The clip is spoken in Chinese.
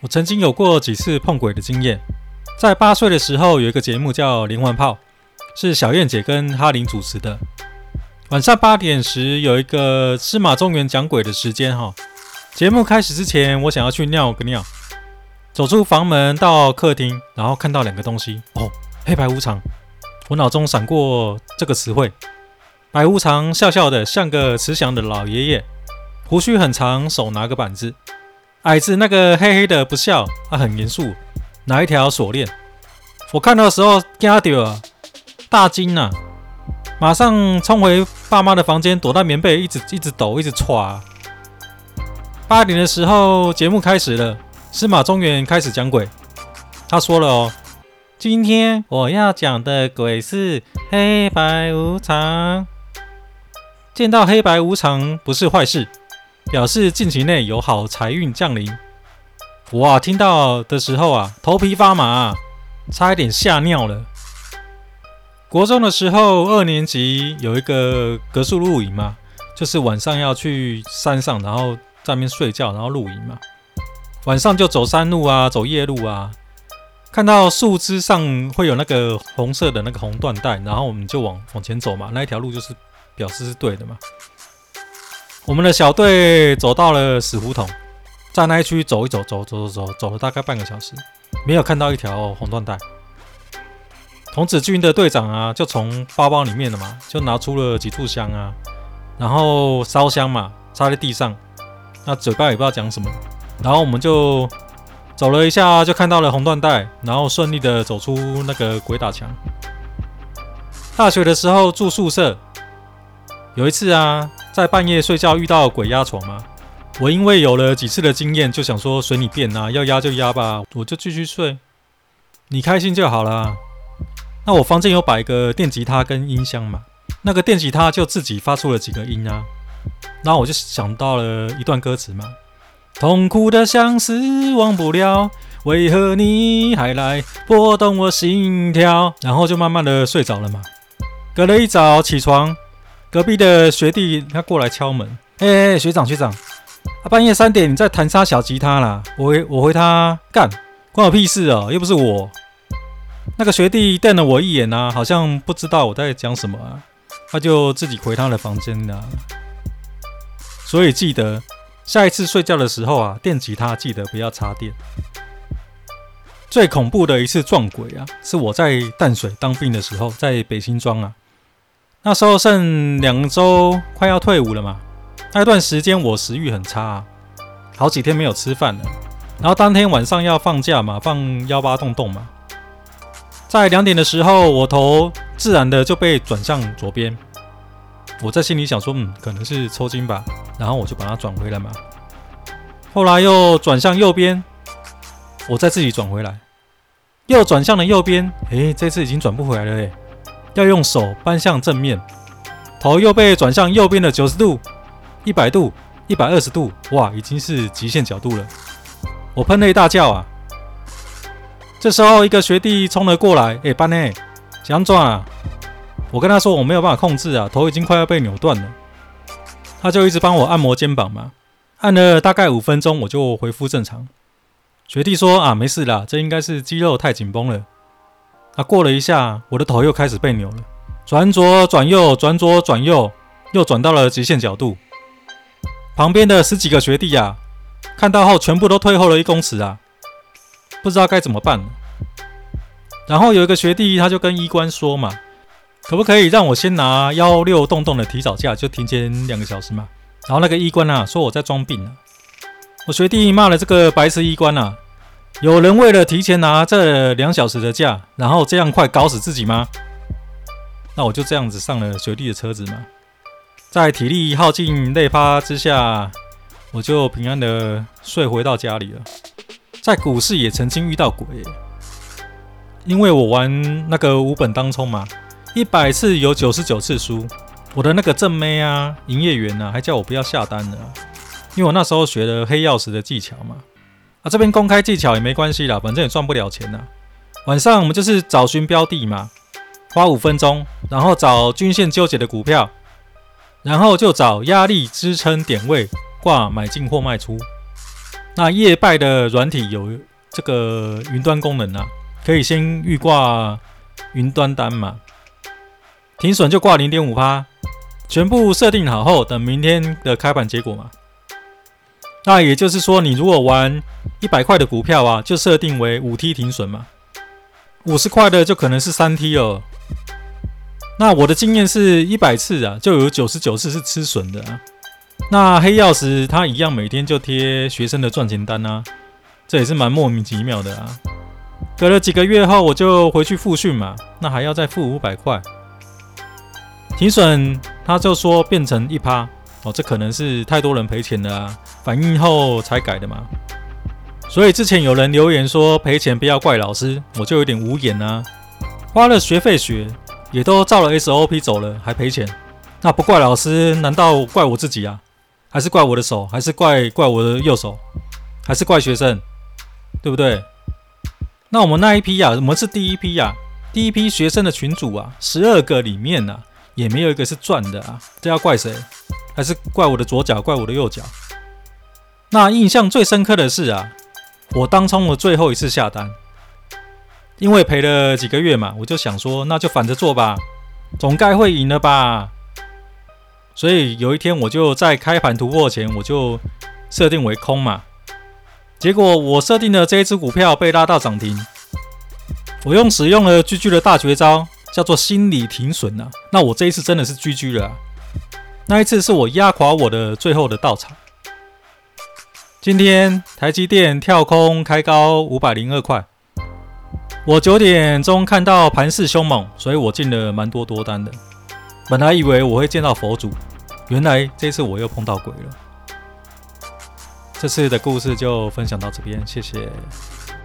我曾经有过几次碰鬼的经验。在8岁的时候，有一个节目叫《连环炮》，是小燕姐跟哈林主持的。晚上8点时有一个司马中原讲鬼的时间哈。节目开始之前，我想要去尿个尿，走出房门到客厅，然后看到2个东西哦，黑白无常。我脑中闪过这个词汇，白无常笑笑的，像个慈祥的老爷爷，胡须很长，手拿个板子。矮子那个黑黑的不笑，很严肃，拿一条锁链。我看到的时候吓到啊，大惊啊，马上冲回爸妈的房间，躲在棉被，一直抖，一直喘。8点的时候，节目开始了，司马中原开始讲鬼。他说了哦，今天我要讲的鬼是黑白无常。见到黑白无常不是坏事，表示近期内有好财运降临。我听到的时候啊，头皮发麻，差一点吓尿了。国中的时候，2年级有一个格数露营嘛，就是晚上要去山上，然后在那边睡觉，然后露营嘛。晚上就走山路啊，走夜路啊，看到树枝上会有那个红色的那个红缎带，然后我们就往前走嘛，那一条路就是表示是对的嘛。我们的小队走到了死胡同，在那一区走一走，走了大概半个小时，没有看到一条红缎带。童子军的队长啊，就从包包里面的嘛，就拿出了几炷香啊，然后烧香嘛，插在地上，那嘴巴也不知道讲什么，然后我们就走了一下，就看到了红缎带，然后顺利的走出那个鬼打墙。大学的时候住宿舍，有一次啊，在半夜睡觉遇到鬼压床嘛，我因为有了几次的经验，就想说随你便啊，要压就压吧，我就继续睡，你开心就好啦。那我房间有摆一个电吉他跟音箱嘛，那个电吉他就自己发出了几个音啊，然后我就想到了一段歌词嘛，痛苦的相思忘不了，为何你还来拨动我心跳，然后就慢慢的睡着了嘛。隔了一早起床，隔壁的学弟他过来敲门，学长半夜3点你在弹啥小吉他啦？我回他干，关我屁事哦，又不是我。那个学弟瞪了我一眼啊，好像不知道我在讲什么啊，他就自己回他的房间了。所以记得下一次睡觉的时候啊，电吉他记得不要插电。最恐怖的一次撞鬼啊，是我在淡水当兵的时候，在北新庄啊，那时候剩2周快要退伍了嘛，那段时间我食欲很差啊，好几天没有吃饭了，然后当天晚上要放假嘛，放18洞洞嘛。在2点的时候，我头自然的就被转向左边。我在心里想说，可能是抽筋吧，然后我就把它转回来嘛。后来又转向右边，我再自己转回来，又转向了右边，这次已经转不回来了要用手搬向正面，头又被转向右边的90度、100度、120度，哇，已经是极限角度了。我喷了一大叫啊！这时候一个学弟冲了过来，班内怎样转啊？我跟他说我没有办法控制啊，头已经快要被扭断了。他就一直帮我按摩肩膀嘛，按了大概5分钟，我就恢复正常。学弟说啊，没事啦，这应该是肌肉太紧绷了。过了一下，我的头又开始被扭了，转左转右，转左转右，又转到了极限角度。旁边的10几个学弟啊，看到后全部都退后了1公尺啊，不知道该怎么办了。然后有一个学弟他就跟医官说嘛，可不可以让我先拿16洞洞的提早假，就提前2个小时嘛。然后那个医官啊说我在装病啊。我学弟骂了这个白痴医官啊，有人为了提前拿这2小时的假，然后这样快搞死自己吗？那我就这样子上了学弟的车子嘛。在体力耗尽累趴之下，我就平安的睡回到家里了。在股市也曾经遇到鬼因为我玩那个5本当冲嘛，100次有99次输。我的那个正妹啊，营业员啊，还叫我不要下单了因为我那时候学了黑曜石的技巧嘛。这边公开技巧也没关系啦，反正也赚不了钱啦。晚上我们就是找寻标的嘛，花5分钟，然后找均线纠结的股票，然后就找压力支撑点位挂买进或卖出。 那夜拜的软体有这个云端功能啊，可以先预挂云端单嘛，停损就挂 0.5%， 全部设定好后，等明天的开盘结果嘛。那也就是说，你如果玩100块的股票啊，就设定为5T 停损嘛，50块的就可能是3T 哦。那我的经验是100次啊，就有99次是吃损的啊。那黑曜石它一样每天就贴学生的赚钱单啊，这也是蛮莫名其妙的啊。隔了几个月后，我就回去复训嘛，那还要再付500块。停损他就说变成1%，哦，这可能是太多人赔钱了啊，反应后才改的嘛。所以之前有人留言说赔钱不要怪老师，我就有点无言啊。花了学费学，也都照了 SOP 走了，还赔钱，那不怪老师，难道怪我自己啊？还是怪我的手？还是怪我的右手？还是怪学生？对不对？那我们那一批啊，我们是第一批啊，第一批学生的群组啊，12个里面啊，也没有一个是赚的啊，这要怪谁？还是怪我的左脚，怪我的右脚？那印象最深刻的是啊，我当冲的最后一次下单，因为赔了几个月嘛，我就想说，那就反着做吧，总该会赢了吧。所以有一天我就在开盘突破前，我就设定为空嘛。结果我设定的这一只股票被拉到涨停，我使用了 GG 的大绝招，叫做心理停损啊。那我这一次真的是 GG 了啊，那一次是我压垮我的最后的稻草。今天台积电跳空开高502块，我9点钟看到盘势凶猛，所以我进了蛮多多单的。本来以为我会见到佛祖，原来这次我又碰到鬼了。这次的故事就分享到这边，谢谢。